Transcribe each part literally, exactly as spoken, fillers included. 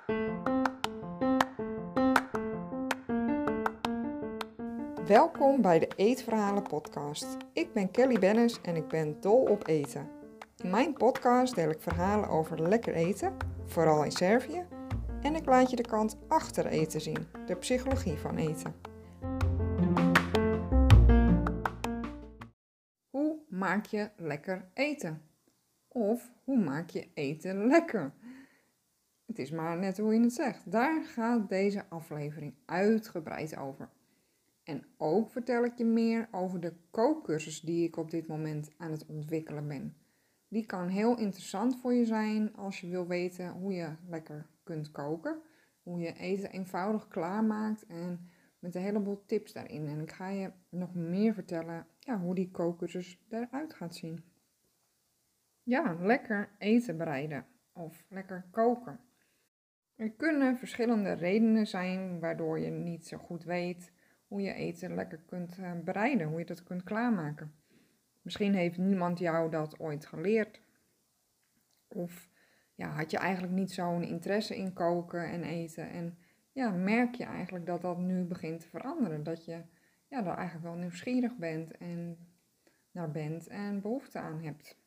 Welkom bij de Eetverhalen podcast. Ik ben Kelly Bennis en ik ben dol op eten. In mijn podcast deel ik verhalen over lekker eten, vooral in Servië. En ik laat je de kant achter eten zien, de psychologie van eten. Hoe maak je lekker eten? Of hoe maak je eten lekker? Het is maar net hoe je het zegt. Daar gaat deze aflevering uitgebreid over. En ook vertel ik je meer over de kookcursus die ik op dit moment aan het ontwikkelen ben. Die kan heel interessant voor je zijn als je wil weten hoe je lekker kunt koken. Hoe je eten eenvoudig klaarmaakt en met een heleboel tips daarin. En ik ga je nog meer vertellen ja, hoe die kookcursus eruit gaat zien. Ja, lekker eten bereiden of lekker koken. Er kunnen verschillende redenen zijn waardoor je niet zo goed weet hoe je eten lekker kunt uh, bereiden, hoe je dat kunt klaarmaken. Misschien heeft niemand jou dat ooit geleerd. Of ja, had je eigenlijk niet zo'n interesse in koken en eten. En ja, merk je eigenlijk dat dat nu begint te veranderen. Dat je ja, daar eigenlijk wel nieuwsgierig bent en naar bent en behoefte aan hebt.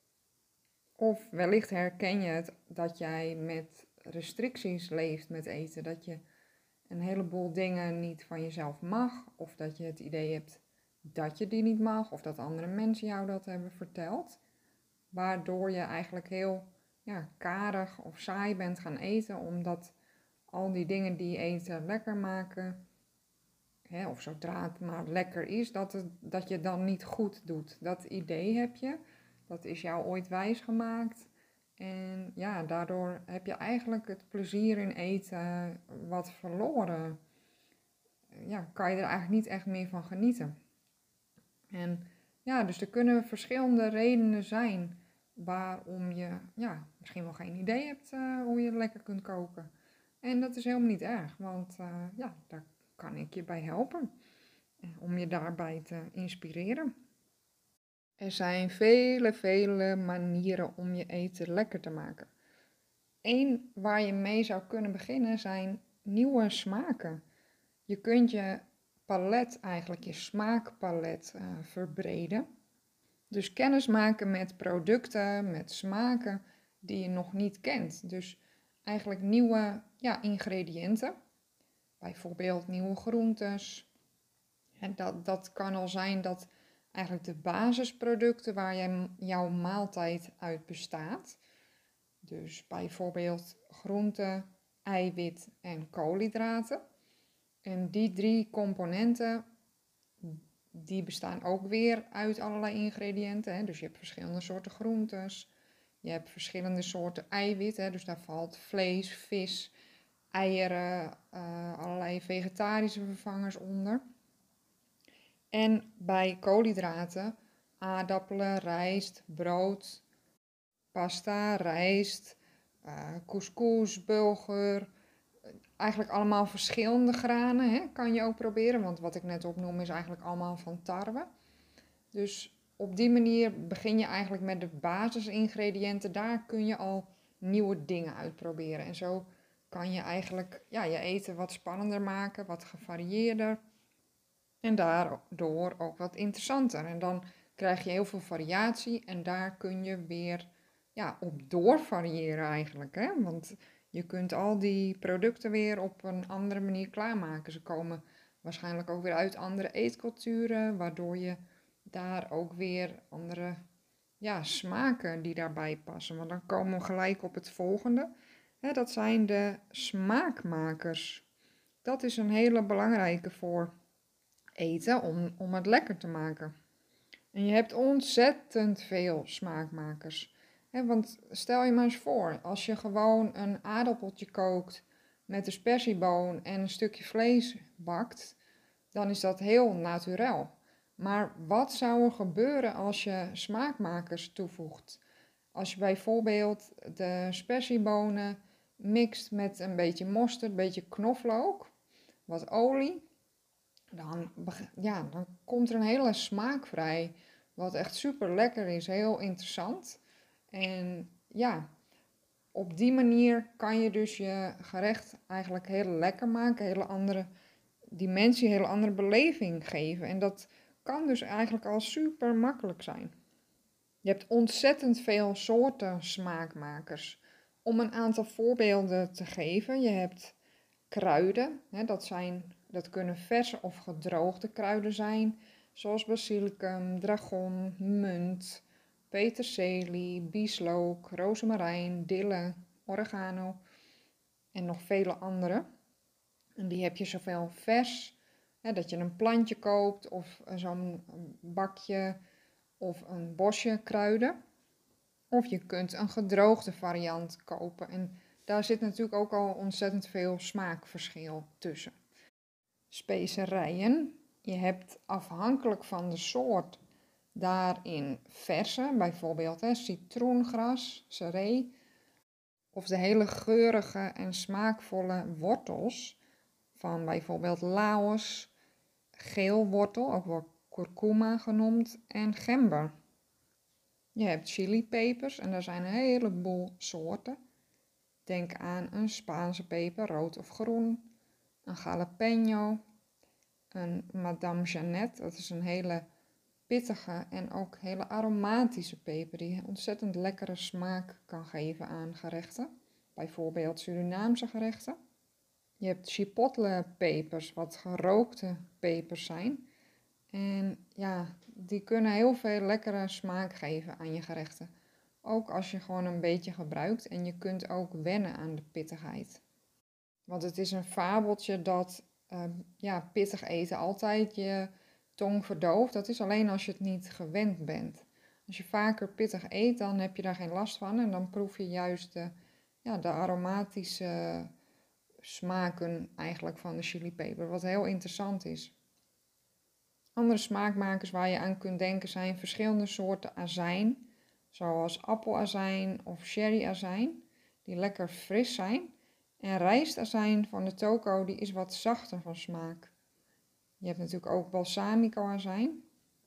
Of wellicht herken je het dat jij met restricties leeft met eten. Dat je een heleboel dingen niet van jezelf mag. Of dat je het idee hebt dat je die niet mag. Of dat andere mensen jou dat hebben verteld. Waardoor je eigenlijk heel ja, karig of saai bent gaan eten. Omdat al die dingen die je eten lekker maken. Hè, of zodra het maar lekker is, dat, het, dat je het dan niet goed doet. Dat idee heb je. Dat is jou ooit wijsgemaakt. En ja, daardoor heb je eigenlijk het plezier in eten wat verloren. Ja, kan je er eigenlijk niet echt meer van genieten. En ja, dus er kunnen verschillende redenen zijn waarom je ja, misschien wel geen idee hebt uh, hoe je lekker kunt koken. En dat is helemaal niet erg, want uh, ja, daar kan ik je bij helpen. Om je daarbij te inspireren. Er zijn vele, vele manieren om je eten lekker te maken. Eén waar je mee zou kunnen beginnen zijn nieuwe smaken. Je kunt je palet, eigenlijk je smaakpalet uh, verbreden. Dus kennis maken met producten, met smaken die je nog niet kent. Dus eigenlijk nieuwe ja, ingrediënten. Bijvoorbeeld nieuwe groentes. En dat, dat kan al zijn dat eigenlijk de basisproducten waar je, jouw maaltijd uit bestaat. Dus bijvoorbeeld groente, eiwit en koolhydraten. En die drie componenten, die bestaan ook weer uit allerlei ingrediënten. Hè? Dus je hebt verschillende soorten groentes. Je hebt verschillende soorten eiwit. Hè? Dus daar valt vlees, vis, eieren, uh, allerlei vegetarische vervangers onder. En bij koolhydraten, aardappelen, rijst, brood, pasta, rijst, uh, couscous, bulgur. Eigenlijk allemaal verschillende granen hè, kan je ook proberen. Want wat ik net opnoem is eigenlijk allemaal van tarwe. Dus op die manier begin je eigenlijk met de basisingrediënten. Daar kun je al nieuwe dingen uitproberen. En zo kan je eigenlijk ja, je eten wat spannender maken, wat gevarieerder. En daardoor ook wat interessanter. En dan krijg je heel veel variatie en daar kun je weer ja, op doorvariëren eigenlijk. Hè? Want je kunt al die producten weer op een andere manier klaarmaken. Ze komen waarschijnlijk ook weer uit andere eetculturen, waardoor je daar ook weer andere ja, smaken die daarbij passen. Want dan komen we gelijk op het volgende. Hè, dat zijn de smaakmakers. Dat is een hele belangrijke voor eten om, om het lekker te maken. En je hebt ontzettend veel smaakmakers. He, want stel je maar eens voor, als je gewoon een aardappeltje kookt met een sperzieboon en een stukje vlees bakt, dan is dat heel naturel. Maar wat zou er gebeuren als je smaakmakers toevoegt? Als je bijvoorbeeld de sperziebonen mixt met een beetje mosterd, een beetje knoflook, wat olie, Dan, ja, dan komt er een hele smaak vrij, wat echt super lekker is, heel interessant. En ja, op die manier kan je dus je gerecht eigenlijk heel lekker maken, een hele andere dimensie, een hele andere beleving geven. En dat kan dus eigenlijk al super makkelijk zijn. Je hebt ontzettend veel soorten smaakmakers. Om een aantal voorbeelden te geven, je hebt kruiden, hè, dat, zijn, dat kunnen verse of gedroogde kruiden zijn, zoals basilicum, dragon, munt, peterselie, bieslook, rozemarijn, dille, oregano en nog vele andere. En die heb je zowel vers, hè, dat je een plantje koopt of zo'n bakje of een bosje kruiden. Of je kunt een gedroogde variant kopen. En daar zit natuurlijk ook al ontzettend veel smaakverschil tussen. Specerijen. Je hebt afhankelijk van de soort daarin verse, bijvoorbeeld hè, citroengras, seree. Of de hele geurige en smaakvolle wortels van bijvoorbeeld laos, geelwortel, ook wel kurkuma genoemd, en gember. Je hebt chilipepers en daar zijn een heleboel soorten. Denk aan een Spaanse peper, rood of groen, een jalapeno, een Madame Jeannette, dat is een hele pittige en ook hele aromatische peper die ontzettend lekkere smaak kan geven aan gerechten, bijvoorbeeld Surinaamse gerechten. Je hebt chipotle pepers, wat gerookte pepers zijn. En ja, die kunnen heel veel lekkere smaak geven aan je gerechten. Ook als je gewoon een beetje gebruikt en je kunt ook wennen aan de pittigheid. Want het is een fabeltje dat uh, ja, pittig eten altijd je tong verdooft. Dat is alleen als je het niet gewend bent. Als je vaker pittig eet, dan heb je daar geen last van. En dan proef je juist de, ja, de aromatische smaken eigenlijk van de chilipeper. Wat heel interessant is. Andere smaakmakers waar je aan kunt denken zijn verschillende soorten azijn, zoals appelazijn of sherryazijn, die lekker fris zijn. En rijstazijn van de toko, die is wat zachter van smaak. Je hebt natuurlijk ook balsamicoazijn.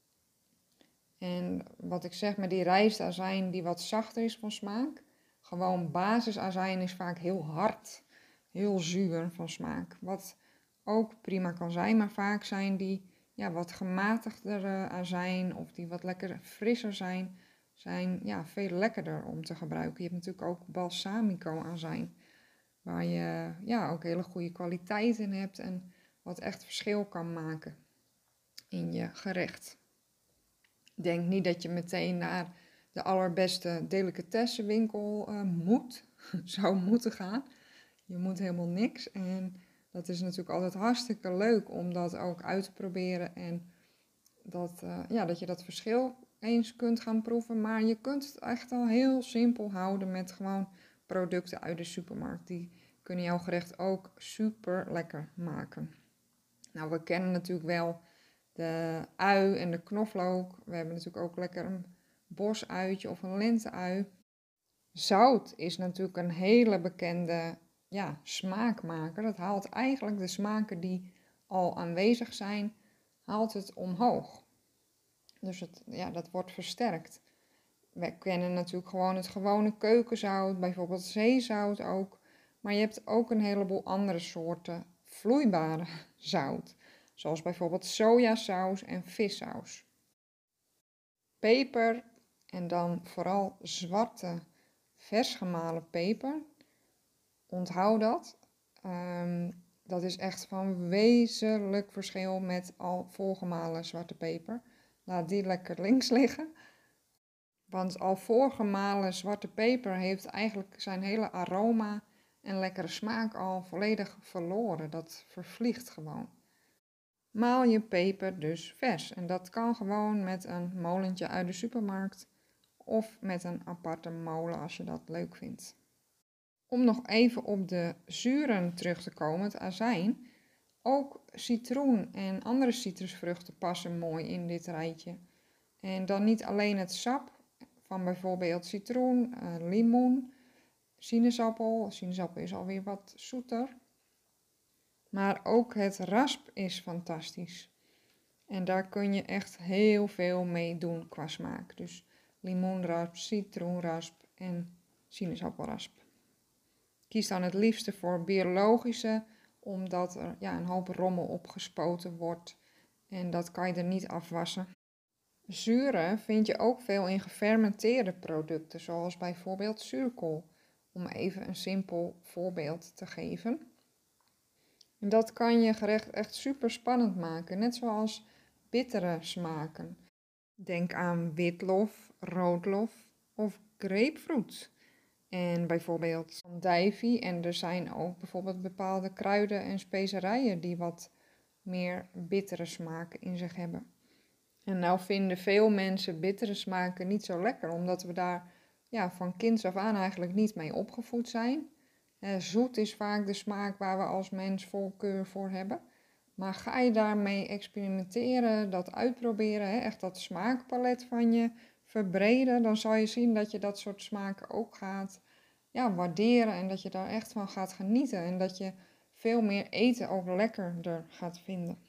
En wat ik zeg met die rijstazijn die wat zachter is van smaak, gewoon basisazijn is vaak heel hard, heel zuur van smaak. Wat ook prima kan zijn, maar vaak zijn die ja, wat gematigdere azijn of die wat lekker frisser zijn, zijn ja, veel lekkerder om te gebruiken. Je hebt natuurlijk ook balsamico azijn, waar je ja, ook hele goede kwaliteit in hebt en wat echt verschil kan maken in je gerecht. Denk niet dat je meteen naar de allerbeste delicatessenwinkel uh, moet, zou moeten gaan. Je moet helemaal niks en dat is natuurlijk altijd hartstikke leuk om dat ook uit te proberen en dat, uh, ja, dat je dat verschil eens kunt gaan proeven. Maar je kunt het echt al heel simpel houden met gewoon producten uit de supermarkt. Die kunnen jouw gerecht ook super lekker maken. Nou, we kennen natuurlijk wel de ui en de knoflook. We hebben natuurlijk ook lekker een bosuitje of een lenteui. Zout is natuurlijk een hele bekende ja, smaakmaker. Dat haalt eigenlijk de smaken die al aanwezig zijn, haalt het omhoog. Dus het, ja, dat wordt versterkt. We kennen natuurlijk gewoon het gewone keukenzout, bijvoorbeeld zeezout ook. Maar je hebt ook een heleboel andere soorten vloeibare zout. Zoals bijvoorbeeld sojasaus en vissaus. Peper en dan vooral zwarte vers gemalen peper. Onthoud dat. Um, dat is echt van wezenlijk verschil met al volgemalen zwarte peper. Laat die lekker links liggen. Want al voorgemalen zwarte peper heeft eigenlijk zijn hele aroma en lekkere smaak al volledig verloren. Dat vervliegt gewoon. Maal je peper dus vers. En dat kan gewoon met een molentje uit de supermarkt of met een aparte molen als je dat leuk vindt. Om nog even op de zuren terug te komen, het azijn. Ook citroen en andere citrusvruchten passen mooi in dit rijtje. En dan niet alleen het sap van bijvoorbeeld citroen, uh, limoen, sinaasappel. Sinaasappel is alweer wat zoeter. Maar ook het rasp is fantastisch. En daar kun je echt heel veel mee doen qua smaak. Dus limoenrasp, citroenrasp en sinaasappelrasp. Kies dan het liefste voor biologische, omdat er ja, een hoop rommel opgespoten wordt en dat kan je er niet afwassen. Zuren vind je ook veel in gefermenteerde producten, zoals bijvoorbeeld zuurkool, om even een simpel voorbeeld te geven. En dat kan je gerecht echt super spannend maken, net zoals bittere smaken. Denk aan witlof, roodlof of grapefruit. En bijvoorbeeld andijvie. En er zijn ook bijvoorbeeld bepaalde kruiden en specerijen die wat meer bittere smaken in zich hebben. En nou vinden veel mensen bittere smaken niet zo lekker, omdat we daar ja, van kinds af aan eigenlijk niet mee opgevoed zijn. Eh, zoet is vaak de smaak waar we als mens voorkeur voor hebben. Maar ga je daarmee experimenteren, dat uitproberen, hè, echt dat smaakpalet van je verbreden, dan zal je zien dat je dat soort smaken ook gaat ja, waarderen en dat je daar echt van gaat genieten. En dat je veel meer eten ook lekkerder gaat vinden.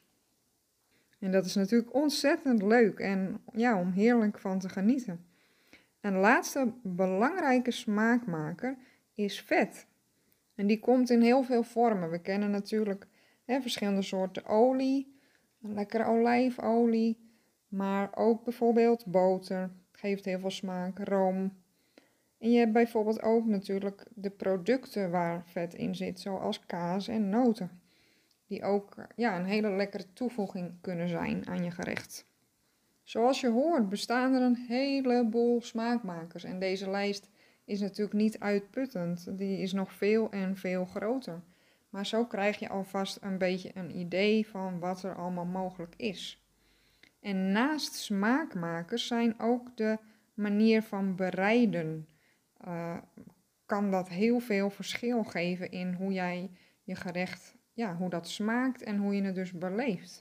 En dat is natuurlijk ontzettend leuk en ja, om heerlijk van te genieten. Een laatste belangrijke smaakmaker is vet. En die komt in heel veel vormen. We kennen natuurlijk hè, verschillende soorten olie, een lekkere olijfolie, maar ook bijvoorbeeld boter, geeft heel veel smaak, room. En je hebt bijvoorbeeld ook natuurlijk de producten waar vet in zit, zoals kaas en noten, die ook ja, een hele lekkere toevoeging kunnen zijn aan je gerecht. Zoals je hoort bestaan er een heleboel smaakmakers en deze lijst is natuurlijk niet uitputtend, die is nog veel en veel groter. Maar zo krijg je alvast een beetje een idee van wat er allemaal mogelijk is. En naast smaakmakers zijn ook de manier van bereiden. Uh, kan dat heel veel verschil geven in hoe jij je gerecht, ja, hoe dat smaakt en hoe je het dus beleeft.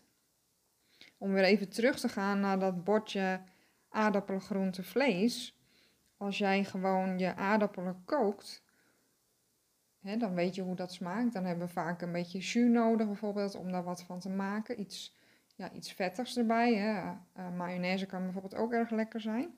Om weer even terug te gaan naar dat bordje aardappelen, groente, vlees. Als jij gewoon je aardappelen kookt, hè, dan weet je hoe dat smaakt. Dan hebben we vaak een beetje jus nodig bijvoorbeeld om daar wat van te maken. Iets, ja, iets vettigs erbij. Hè. Uh, mayonaise kan bijvoorbeeld ook erg lekker zijn.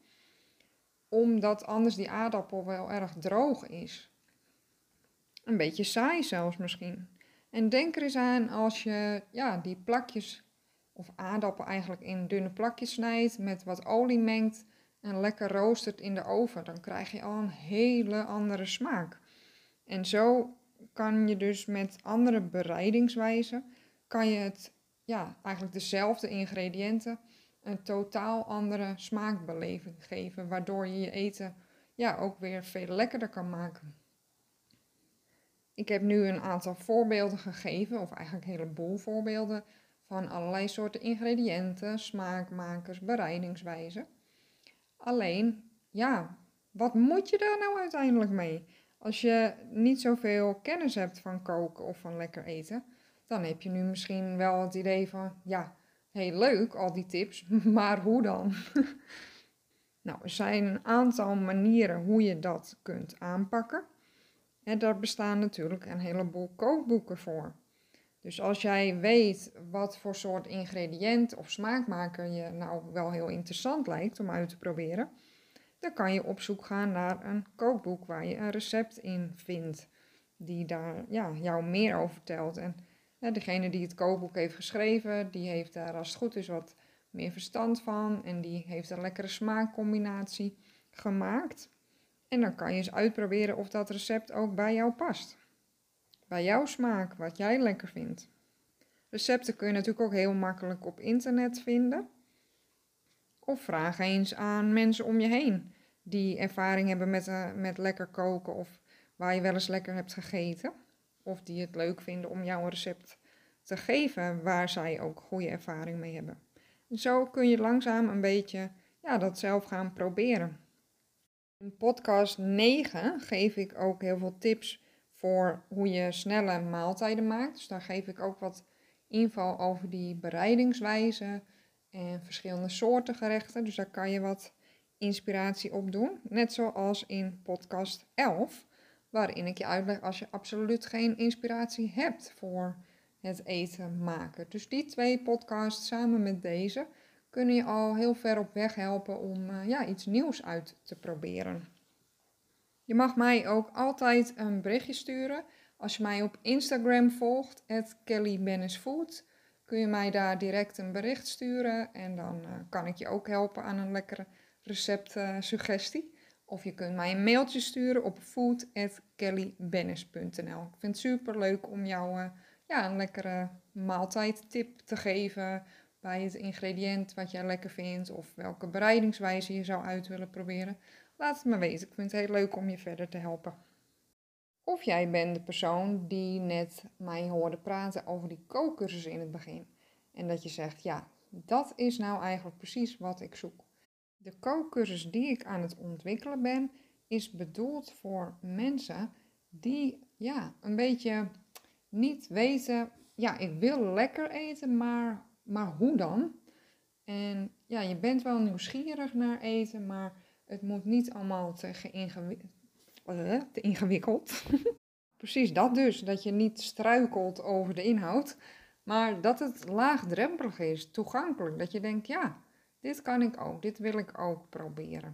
Omdat anders die aardappel wel erg droog is. Een beetje saai zelfs misschien. En denk er eens aan als je ja, die plakjes of aardappel eigenlijk in dunne plakjes snijdt, met wat olie mengt en lekker roostert in de oven. Dan krijg je al een hele andere smaak. En zo kan je dus met andere bereidingswijzen, kan je het ja, eigenlijk dezelfde ingrediënten een totaal andere smaakbeleving geven, waardoor je je eten ja, ook weer veel lekkerder kan maken. Ik heb nu een aantal voorbeelden gegeven, of eigenlijk een heleboel voorbeelden, van allerlei soorten ingrediënten, smaakmakers, bereidingswijzen. Alleen, ja, wat moet je daar nou uiteindelijk mee? Als je niet zoveel kennis hebt van koken of van lekker eten, dan heb je nu misschien wel het idee van, ja, heel leuk al die tips, maar hoe dan? Nou, er zijn een aantal manieren hoe je dat kunt aanpakken. En daar bestaan natuurlijk een heleboel kookboeken voor. Dus als jij weet wat voor soort ingrediënt of smaakmaker je nou wel heel interessant lijkt om uit te proberen, dan kan je op zoek gaan naar een kookboek waar je een recept in vindt die daar ja, jou meer over vertelt. En ja, degene die het kookboek heeft geschreven, die heeft daar als het goed is wat meer verstand van en die heeft een lekkere smaakcombinatie gemaakt. En dan kan je eens uitproberen of dat recept ook bij jou past. Bij jouw smaak, wat jij lekker vindt. Recepten kun je natuurlijk ook heel makkelijk op internet vinden. Of vraag eens aan mensen om je heen die ervaring hebben met, uh, met lekker koken of waar je wel eens lekker hebt gegeten. Of die het leuk vinden om jou een recept te geven waar zij ook goede ervaring mee hebben. En zo kun je langzaam een beetje ja, dat zelf gaan proberen. In podcast negen geef ik ook heel veel tips voor hoe je snelle maaltijden maakt. Dus daar geef ik ook wat info over die bereidingswijze en verschillende soorten gerechten. Dus daar kan je wat inspiratie op doen. Net zoals in podcast elf, waarin ik je uitleg als je absoluut geen inspiratie hebt voor het eten maken. Dus die twee podcasts samen met deze kunnen je al heel ver op weg helpen om uh, ja, iets nieuws uit te proberen. Je mag mij ook altijd een berichtje sturen. Als je mij op Instagram volgt, at kelly bennis food, kun je mij daar direct een bericht sturen. En dan uh, kan ik je ook helpen aan een lekkere receptsuggestie. Of je kunt mij een mailtje sturen op food at kelly bennis punt n l. Ik vind het super leuk om jou uh, ja, een lekkere maaltijdtip te geven bij het ingrediënt wat jij lekker vindt. Of welke bereidingswijze je zou uit willen proberen. Laat het me weten. Ik vind het heel leuk om je verder te helpen. Of jij bent de persoon die net mij hoorde praten over die kookcursus in het begin. En dat je zegt, ja, dat is nou eigenlijk precies wat ik zoek. De kookcursus die ik aan het ontwikkelen ben, is bedoeld voor mensen die ja, een beetje niet weten, ja, ik wil lekker eten, maar, maar hoe dan? En ja, je bent wel nieuwsgierig naar eten, maar het moet niet allemaal te, geïngewi- uh, te ingewikkeld. Precies dat dus, dat je niet struikelt over de inhoud, maar dat het laagdrempelig is, toegankelijk. Dat je denkt, ja, dit kan ik ook, dit wil ik ook proberen.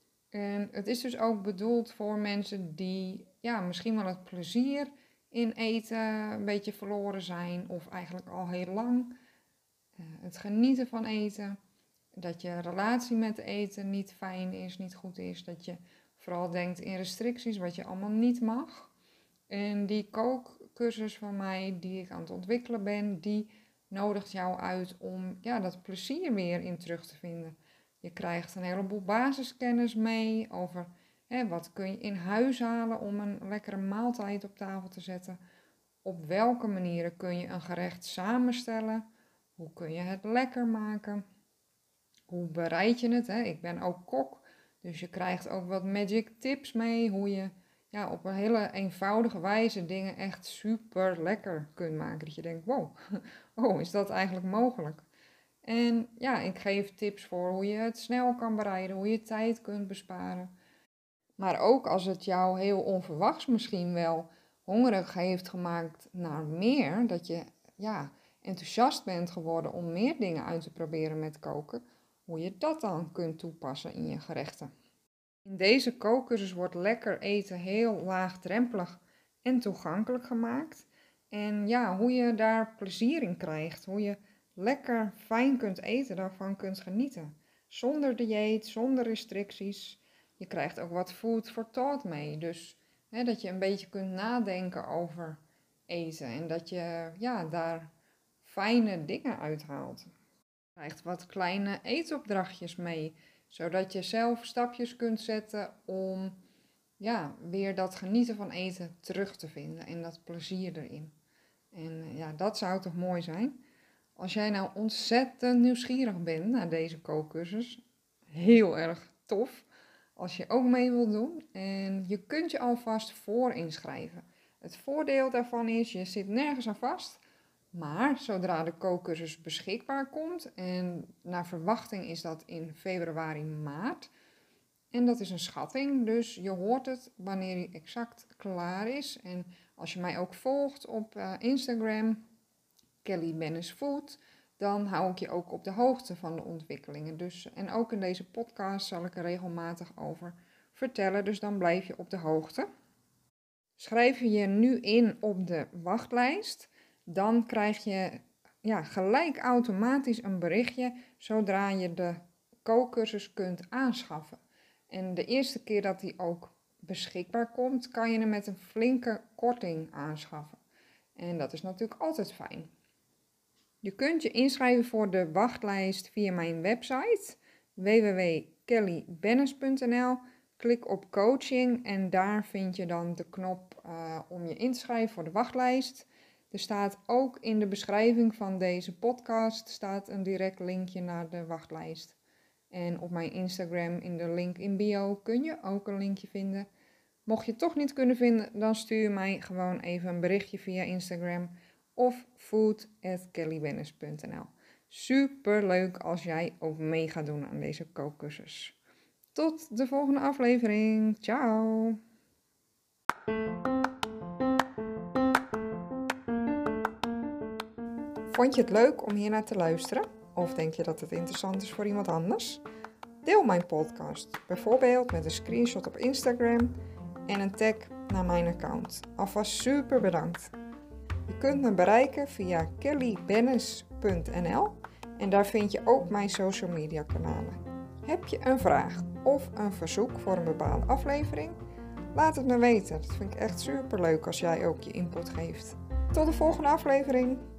En het is dus ook bedoeld voor mensen die ja, misschien wel het plezier in eten een beetje verloren zijn, of eigenlijk al heel lang. Uh, het genieten van eten, dat je relatie met eten niet fijn is, niet goed is, dat je vooral denkt in restricties, wat je allemaal niet mag. En die kookcursus van mij, die ik aan het ontwikkelen ben, die nodigt jou uit om ja, dat plezier weer in terug te vinden. Je krijgt een heleboel basiskennis mee over hè, wat kun je in huis halen om een lekkere maaltijd op tafel te zetten. Op welke manieren kun je een gerecht samenstellen? Hoe kun je het lekker maken? Hoe bereid je het? Hè? Ik ben ook kok, dus je krijgt ook wat magic tips mee hoe je ja, op een hele eenvoudige wijze dingen echt super lekker kunt maken. Dat je denkt, wow, oh, is dat eigenlijk mogelijk? En ja, ik geef tips voor hoe je het snel kan bereiden, hoe je tijd kunt besparen. Maar ook als het jou heel onverwachts misschien wel hongerig heeft gemaakt naar meer, dat je ja, enthousiast bent geworden om meer dingen uit te proberen met koken, hoe je dat dan kunt toepassen in je gerechten. In deze kookcursus wordt lekker eten heel laagdrempelig en toegankelijk gemaakt. En ja, hoe je daar plezier in krijgt, hoe je lekker fijn kunt eten, daarvan kunt genieten. Zonder dieet, zonder restricties. Je krijgt ook wat food for thought mee. Dus hè, dat je een beetje kunt nadenken over eten. En dat je ja, daar fijne dingen uithaalt. Je krijgt wat kleine eetopdrachtjes mee. Zodat je zelf stapjes kunt zetten om ja, weer dat genieten van eten terug te vinden. En dat plezier erin. En ja, dat zou toch mooi zijn. Als jij nou ontzettend nieuwsgierig bent naar deze kookcursus, heel erg tof als je ook mee wilt doen. En je kunt je alvast voor inschrijven. Het voordeel daarvan is, je zit nergens aan vast. Maar zodra de kookcursus beschikbaar komt, en naar verwachting is dat in februari, maart. En dat is een schatting, dus je hoort het wanneer hij exact klaar is. En als je mij ook volgt op uh, Instagram, Kelly Bennis Food, dan hou ik je ook op de hoogte van de ontwikkelingen. Dus, en ook in deze podcast zal ik er regelmatig over vertellen, dus dan blijf je op de hoogte. Schrijf je je nu in op de wachtlijst, dan krijg je ja, gelijk automatisch een berichtje zodra je de kookcursus kunt aanschaffen. En de eerste keer dat die ook beschikbaar komt, kan je hem met een flinke korting aanschaffen. En dat is natuurlijk altijd fijn. Je kunt je inschrijven voor de wachtlijst via mijn website w w w punt kelly bennis punt n l. Klik op coaching en daar vind je dan de knop uh, om je in te schrijven voor de wachtlijst. Er staat ook in de beschrijving van deze podcast staat een direct linkje naar de wachtlijst. En op mijn Instagram in de link in bio kun je ook een linkje vinden. Mocht je het toch niet kunnen vinden, dan stuur je mij gewoon even een berichtje via Instagram of food at kelly bennis punt n l. Super leuk als jij ook mee gaat doen aan deze kookcursus. Tot de volgende aflevering. Ciao! Vond je het leuk om hier naar te luisteren? Of denk je dat het interessant is voor iemand anders? Deel mijn podcast, bijvoorbeeld met een screenshot op Instagram en een tag naar mijn account. Alvast super bedankt. Je kunt me bereiken via kelly bennis punt n l en daar vind je ook mijn social media kanalen. Heb je een vraag of een verzoek voor een bepaalde aflevering? Laat het me weten. Dat vind ik echt super leuk als jij ook je input geeft. Tot de volgende aflevering.